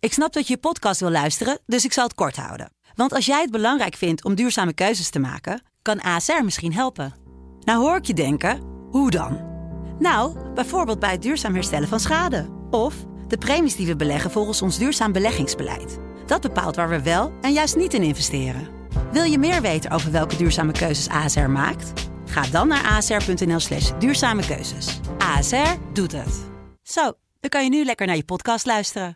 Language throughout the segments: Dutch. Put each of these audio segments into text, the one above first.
Ik snap dat je podcast wil luisteren, dus ik zal het kort houden. Want als jij het belangrijk vindt om duurzame keuzes te maken, kan ASR misschien helpen. Nou hoor ik je denken, hoe dan? Nou, bijvoorbeeld bij het duurzaam herstellen van schade. Of de premies die we beleggen volgens ons duurzaam beleggingsbeleid. Dat bepaalt waar we wel en juist niet in investeren. Wil je meer weten over welke duurzame keuzes ASR maakt? Ga dan naar asr.nl/duurzame keuzes. ASR doet het. Zo, dan kan je nu lekker naar je podcast luisteren.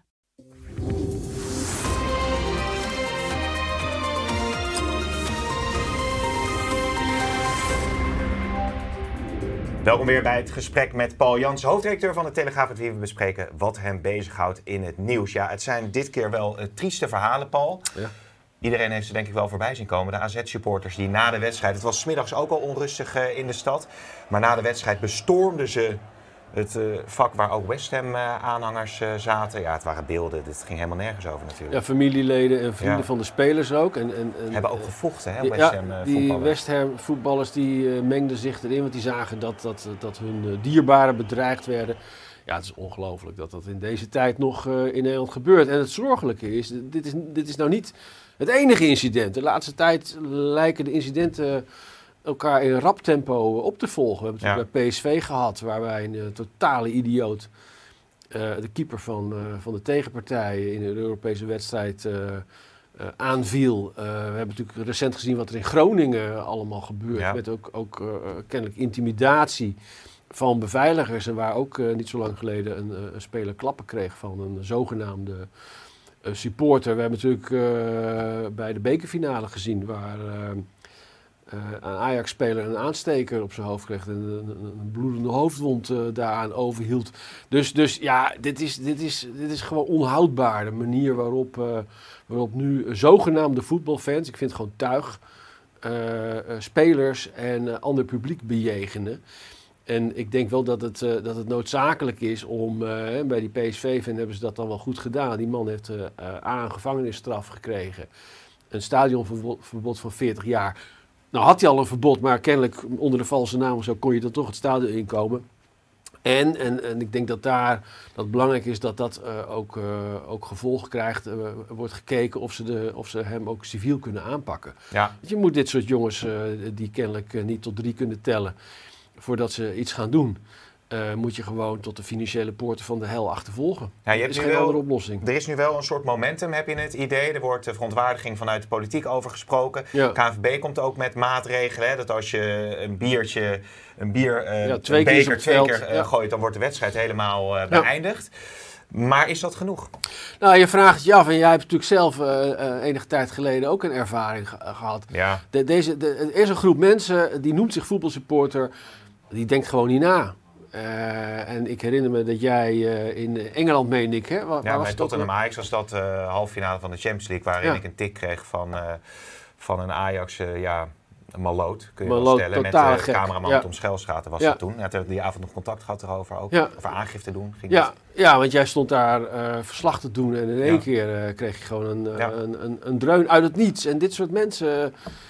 Welkom weer bij het gesprek met Paul Jansen, hoofdredacteur van de Telegraaf, met wie we bespreken wat hem bezighoudt in het nieuws. Ja, het zijn dit keer wel trieste verhalen, Paul. Ja. Iedereen heeft ze denk ik wel voorbij zien komen. De AZ-supporters die na de wedstrijd, het was 's middags ook al onrustig in de stad, maar na de wedstrijd bestormden ze het vak waar ook West Ham-aanhangers zaten. Ja, het waren beelden. Dit ging helemaal nergens over natuurlijk. Ja, familieleden en vrienden van de spelers ook. En hebben ook gevochten, hè, West Ham-voetballers. Die West Ham-voetballers die mengden zich erin, want die zagen dat hun dierbaren bedreigd werden. Ja, het is ongelooflijk dat dat in deze tijd nog in Nederland gebeurt. En het zorgelijke is, dit is nou niet het enige incident. De laatste tijd lijken de incidenten elkaar in rap tempo op te volgen. We hebben het bij PSV gehad, waarbij een totale idioot de keeper van de tegenpartij in de Europese wedstrijd aanviel. We hebben natuurlijk recent gezien wat er in Groningen allemaal gebeurt. Ja. Met ook kennelijk intimidatie van beveiligers. En waar ook niet zo lang geleden een speler klappen kreeg van een zogenaamde supporter. We hebben natuurlijk bij de bekerfinale gezien waar een Ajax-speler een aansteker op zijn hoofd kreeg en een bloedende hoofdwond daaraan overhield. Dus ja, dit is gewoon onhoudbaar. De manier waarop nu zogenaamde voetbalfans, ik vind het gewoon tuig, spelers en ander publiek bejegenen. En ik denk wel dat het noodzakelijk is om, bij die PSV-fan hebben ze dat dan wel goed gedaan. Die man heeft een gevangenisstraf gekregen. Een stadionverbod van 40 jaar. Nou had hij al een verbod, maar kennelijk onder de valse naam of zo kon je dan toch het stadion inkomen. En ik denk dat het belangrijk is dat ook gevolgen krijgt. Wordt gekeken of ze hem ook civiel kunnen aanpakken. Ja. Want je moet dit soort jongens die kennelijk niet tot 3 kunnen tellen voordat ze iets gaan doen, moet je gewoon tot de financiële poorten van de hel achtervolgen. Ja, er is geen andere oplossing. Er is nu wel een soort momentum, heb je het idee. Er wordt verontwaardiging vanuit de politiek over gesproken. Ja. KNVB komt ook met maatregelen. Hè, dat als je een beker twee keer gooit, dan wordt de wedstrijd helemaal beëindigd. Maar is dat genoeg? Nou, je vraagt het je af en jij hebt natuurlijk zelf enige tijd geleden ook een ervaring gehad. Ja. Er is een groep mensen, die noemt zich voetbalsupporter, die denkt gewoon niet na. En ik herinner me dat jij in Engeland, meen ik, hè? Bij Tottenham Ajax was dat halffinale van de Champions League, waarin ik een tik kreeg van een Ajax, maloot, kun je wel stellen. Met de cameraman Tom Schelschaten was dat toen. Hij had die avond nog contact gehad erover ook. Over aangifte doen. Ja, want jij stond daar verslag te doen en in één keer kreeg je gewoon een dreun uit het niets. En dit soort mensen,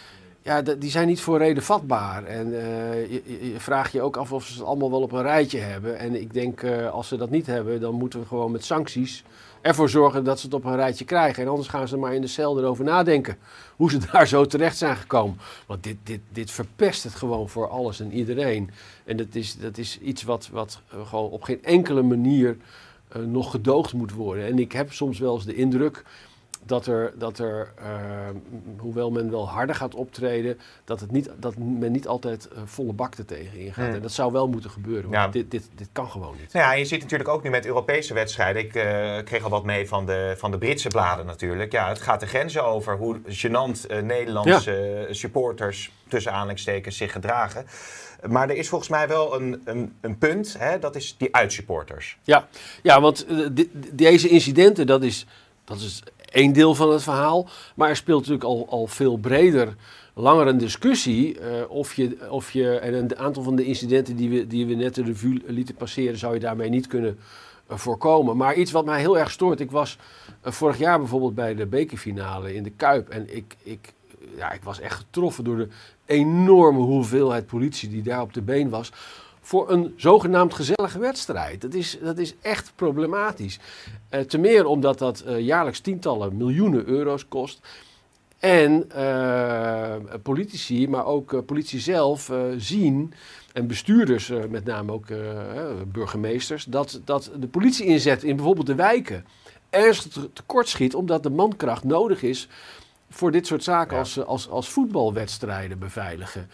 die zijn niet voor reden vatbaar. En je vraagt je ook af of ze het allemaal wel op een rijtje hebben. En ik denk, als ze dat niet hebben, dan moeten we gewoon met sancties ervoor zorgen dat ze het op een rijtje krijgen. En anders gaan ze maar in de cel erover nadenken hoe ze daar zo terecht zijn gekomen. Want dit verpest het gewoon voor alles en iedereen. En dat is iets wat gewoon op geen enkele manier nog gedoogd moet worden. En ik heb soms wel eens de indruk dat er hoewel men wel harder gaat optreden, dat men niet altijd volle bak er tegen ingaat. En dat zou wel moeten gebeuren, want dit kan gewoon niet. Nou ja, je ziet natuurlijk ook nu met Europese wedstrijden. Ik kreeg al wat mee van de Britse bladen natuurlijk. Ja, het gaat de grenzen over hoe gênant Nederlandse supporters tussen aanhalingstekens zich gedragen. Maar er is volgens mij wel een punt, hè, dat is die uitsupporters. Ja, want deze incidenten, dat is één deel van het verhaal. Maar er speelt natuurlijk al veel breder, langer een discussie of je en een aantal van de incidenten die we net de revue lieten passeren, zou je daarmee niet kunnen voorkomen. Maar iets wat mij heel erg stoort, ik was vorig jaar bijvoorbeeld bij de bekerfinale in de Kuip en ik was echt getroffen door de enorme hoeveelheid politie die daar op de been was. voor een zogenaamd gezellige wedstrijd. Dat is echt problematisch. Ten meer omdat dat jaarlijks tientallen miljoenen euro's kost. En politici, maar ook politie zelf zien, en bestuurders, met name ook burgemeesters, dat de politie-inzet in bijvoorbeeld de wijken ernstig tekort schiet, omdat de mankracht nodig is voor dit soort zaken als voetbalwedstrijden beveiligen.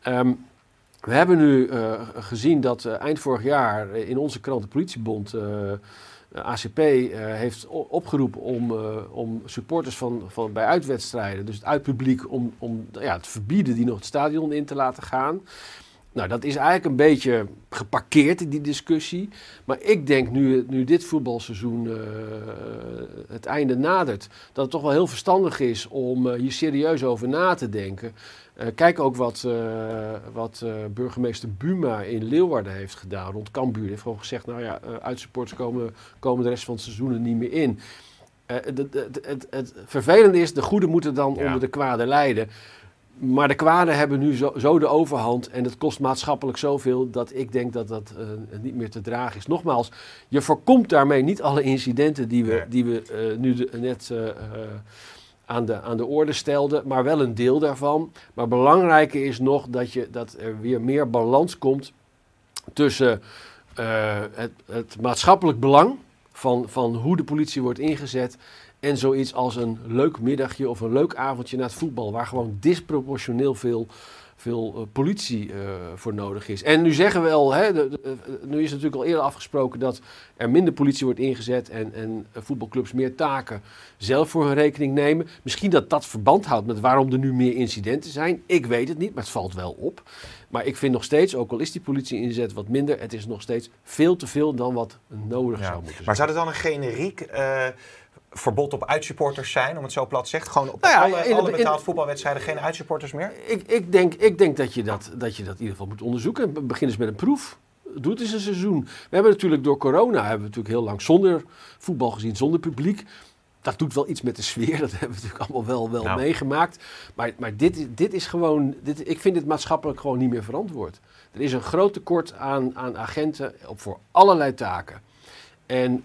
We hebben nu gezien dat eind vorig jaar in onze krant de politiebond, ACP, heeft opgeroepen om supporters van bij uitwedstrijden, dus het uitpubliek, om te verbieden die nog het stadion in te laten gaan. Nou, dat is eigenlijk een beetje geparkeerd in die discussie. Maar ik denk nu dit voetbalseizoen het einde nadert, dat het toch wel heel verstandig is om hier serieus over na te denken. Kijk ook wat burgemeester Buma in Leeuwarden heeft gedaan rond Cambuur. Hij heeft gewoon gezegd, uitsupporters komen de rest van het seizoen er niet meer in. Het vervelende is, de goede moeten dan onder de kwade lijden. Maar de kwaden hebben nu zo de overhand en het kost maatschappelijk zoveel dat ik denk dat dat niet meer te dragen is. Nogmaals, je voorkomt daarmee niet alle incidenten die we nu net aan de orde stelden, maar wel een deel daarvan. Maar belangrijker is nog dat er weer meer balans komt tussen het maatschappelijk belang van hoe de politie wordt ingezet en zoiets als een leuk middagje of een leuk avondje naar het voetbal, waar gewoon disproportioneel veel politie voor nodig is. En nu zeggen we wel, nu is het natuurlijk al eerder afgesproken dat er minder politie wordt ingezet en voetbalclubs meer taken zelf voor hun rekening nemen. Misschien dat verband houdt met waarom er nu meer incidenten zijn. Ik weet het niet, maar het valt wel op. Maar ik vind nog steeds, ook al is die politie-inzet wat minder, het is nog steeds veel te veel dan wat nodig zou moeten zijn. Maar zou er dan een generiek verbod op uitsupporters zijn, om het zo plat te zeggen? Gewoon op alle betaald voetbalwedstrijden geen uitsupporters meer? Ik denk dat je dat in ieder geval moet onderzoeken. Begin eens met een proef. Doe het eens een seizoen. We hebben natuurlijk door corona heel lang zonder voetbal gezien, zonder publiek. Dat doet wel iets met de sfeer. Dat hebben we natuurlijk allemaal wel meegemaakt. Maar dit is gewoon, ik vind dit maatschappelijk gewoon niet meer verantwoord. Er is een groot tekort aan agenten voor allerlei taken. En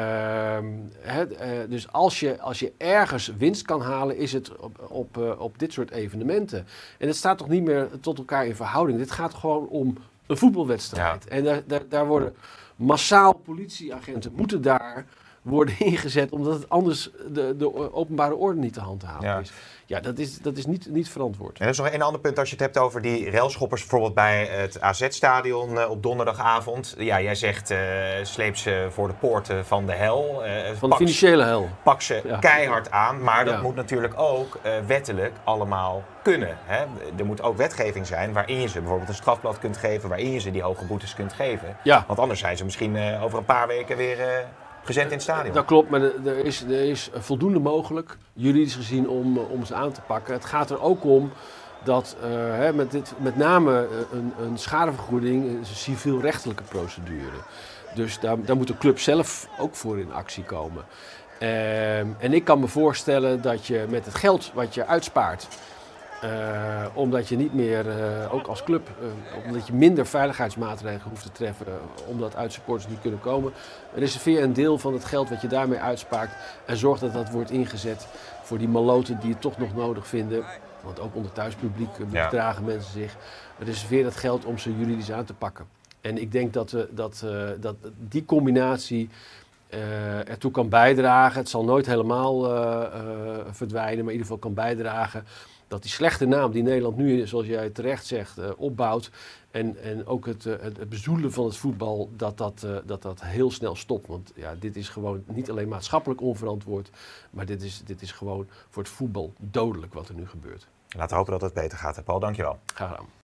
dus als je ergens winst kan halen, is het op dit soort evenementen. En het staat toch niet meer tot elkaar in verhouding. Dit gaat gewoon om een voetbalwedstrijd. Ja. En daar worden massaal politieagenten moeten daar worden ingezet, omdat het anders de openbare orde niet te handhaven is. Ja, dat is niet verantwoord. En er is nog een ander punt als je het hebt over die railschoppers, bijvoorbeeld bij het AZ-stadion op donderdagavond. Ja, jij zegt sleep ze voor de poorten van de hel. Van de financiële hel. Pak ze keihard aan, maar dat moet natuurlijk ook wettelijk allemaal kunnen. Hè? Er moet ook wetgeving zijn waarin je ze bijvoorbeeld een strafblad kunt geven, waarin je ze die hoge boetes kunt geven. Ja. Want anders zijn ze misschien over een paar weken weer gezend in het stadion. Dat klopt, maar er is voldoende mogelijk, juridisch gezien, om ze aan te pakken. Het gaat er ook om dat met name een schadevergoeding is een civielrechtelijke procedure. Dus daar moet de club zelf ook voor in actie komen. En ik kan me voorstellen dat je met het geld wat je uitspaart, omdat je niet meer, ook als club, omdat je minder veiligheidsmaatregelen hoeft te treffen, omdat uitsupporters niet kunnen komen. Reserveer een deel van het geld wat je daarmee uitspaart en zorg dat dat wordt ingezet voor die maloten die het toch nog nodig vinden. Want ook onder thuispubliek bedragen mensen zich. Reserveer dat geld om ze juridisch aan te pakken. En ik denk dat die combinatie ertoe kan bijdragen. Het zal nooit helemaal verdwijnen, maar in ieder geval kan bijdragen dat die slechte naam die Nederland nu, zoals jij terecht zegt, opbouwt. En ook het bezoedelen van het voetbal, dat heel snel stopt. Want dit is gewoon niet alleen maatschappelijk onverantwoord, maar dit is gewoon voor het voetbal dodelijk wat er nu gebeurt. Laten we hopen dat het beter gaat. Paul, dankjewel. Graag gedaan.